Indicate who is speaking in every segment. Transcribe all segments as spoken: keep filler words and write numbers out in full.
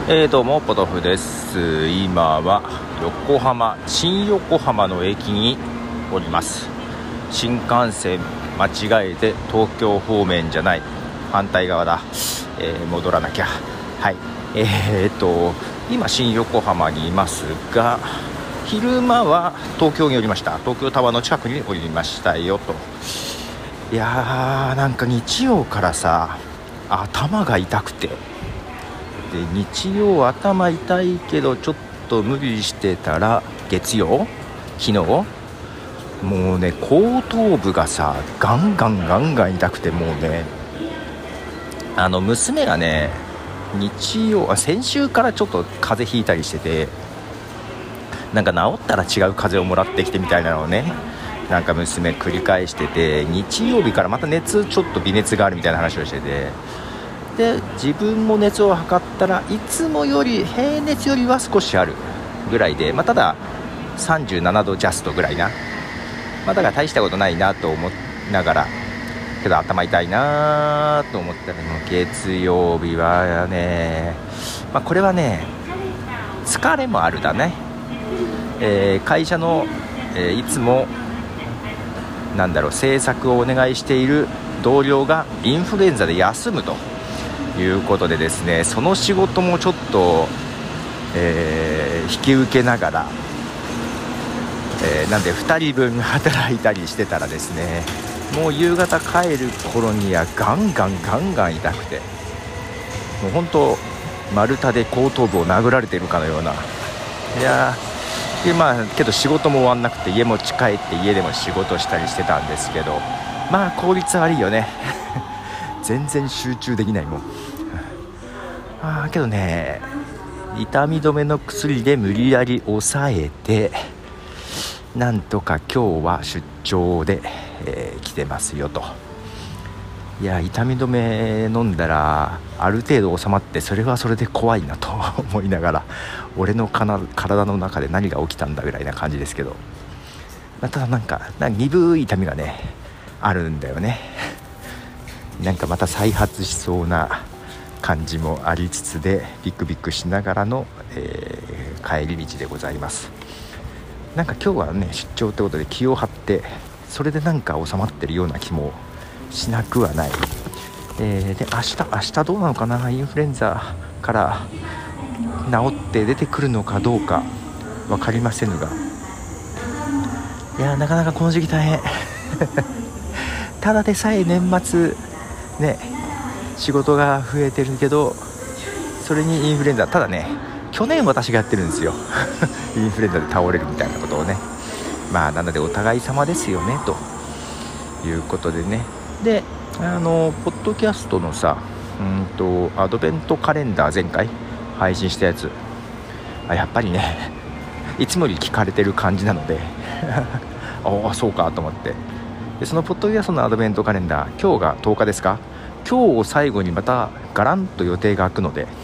Speaker 1: えー、どうもポトフです。今は横浜新横浜の駅におります。新幹線間違えて東京方面じゃない反対側だ、えー、戻らなきゃ。はいえー、っと今新横浜にいますが、昼間は東京におりました。東京タワーの近くにおりましたよと。いやーなんか日曜からさ頭が痛くて、で日曜頭痛いけどちょっと無理してたら月曜昨日もうね後頭部がさガンガンガンガン痛くて、もうねあの娘がね日曜あ先週からちょっと風邪ひいたりしてて、なんか治ったら違う風邪をもらってきてみたいなのをねなんか娘繰り返してて、日曜日からまた熱ちょっと微熱があるみたいな話をしてて、で自分も熱を測ったらいつもより平熱よりは少しあるぐらいで、まあ、たださんじゅうななどジャストぐらいな、まあ、だから大したことないなと思いながらけど頭痛いなと思ったら、月曜日はね、まあ、これはね疲れもあるだね、えー、会社の、えー、いつもなんだろう制作をお願いしている同僚がインフルエンザで休むということでですね、その仕事もちょっと、えー、引き受けながら、えー、なんでふたりぶん働いたりしてたらですね、もう夕方帰る頃にはガンガンガンガン痛くて、もう本当丸太で後頭部を殴られているかのような。いやでまあけど仕事も終わんなくて家も近いって家でも仕事したりしてたんですけど、まあ効率悪いよね全然集中できないもん。あけどね痛み止めの薬で無理やり抑えてなんとか今日は出張で、えー、来てますよと。いや痛み止め飲んだらある程度収まって、それはそれで怖いなと思いながら、俺のかな体の中で何が起きたんだぐらいな感じですけど、まあ、ただなんかなんか鈍い痛みがねあるんだよね。なんかまた再発しそうな感じもありつつで、ビクビクしながらの、えー、帰り道でございます。なんか今日はね出張ってことで気を張って、それでなんか収まってるような気もしなくはない。えー、で明日明日どうなのかな、インフルエンザから治って出てくるのかどうか分かりませんが、いやなかなかこの時期大変ただでさえ年末ね仕事が増えてるけど、それにインフルエンザ、ただね去年私がやってるんですよインフルエンザで倒れるみたいなことをね。まあなのでお互い様ですよねということでね。であのポッドキャストのさうんとアドベントカレンダー前回配信したやつ、あやっぱりねいつもより聞かれてる感じなのでああそうかと思って、でそのポッドキャストのアドベントカレンダー今日がとおかですか。今日を最後にまたガランと予定が空くので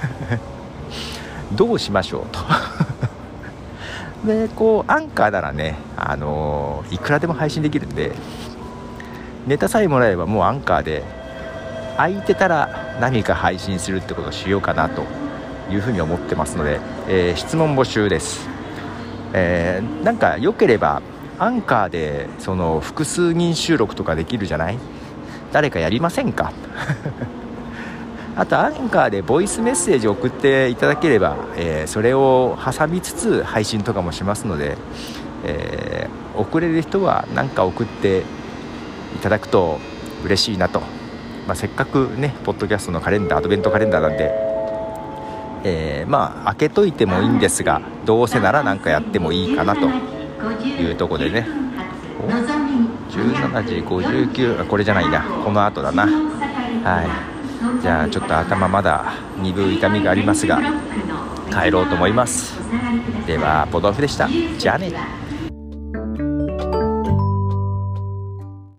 Speaker 1: どうしましょうとでこうアンカーならね、あのー、いくらでも配信できるんで、ネタさえもらえばもうアンカーで空いてたら何か配信するってことをしようかなというふうに思ってますので、えー、質問募集です。えー、なんか良ければアンカーでその複数人収録とかできるじゃない。誰かやりませんかあとアンカーでボイスメッセージを送っていただければ、えー、それを挟みつつ配信とかもしますので、えー、送れる人は何か送っていただくと嬉しいなと。まあ、せっかくねポッドキャストのカレンダーアドベントカレンダーなんで、えー、まあ開けといてもいいんですが、どうせなら何かやってもいいかなというところでね。じゅうしちじごじゅうきゅう、これじゃないな、この後だな。はいじゃあちょっと頭まだ鈍い痛みがありますが帰ろうと思います。ではポトフでした。じゃあね。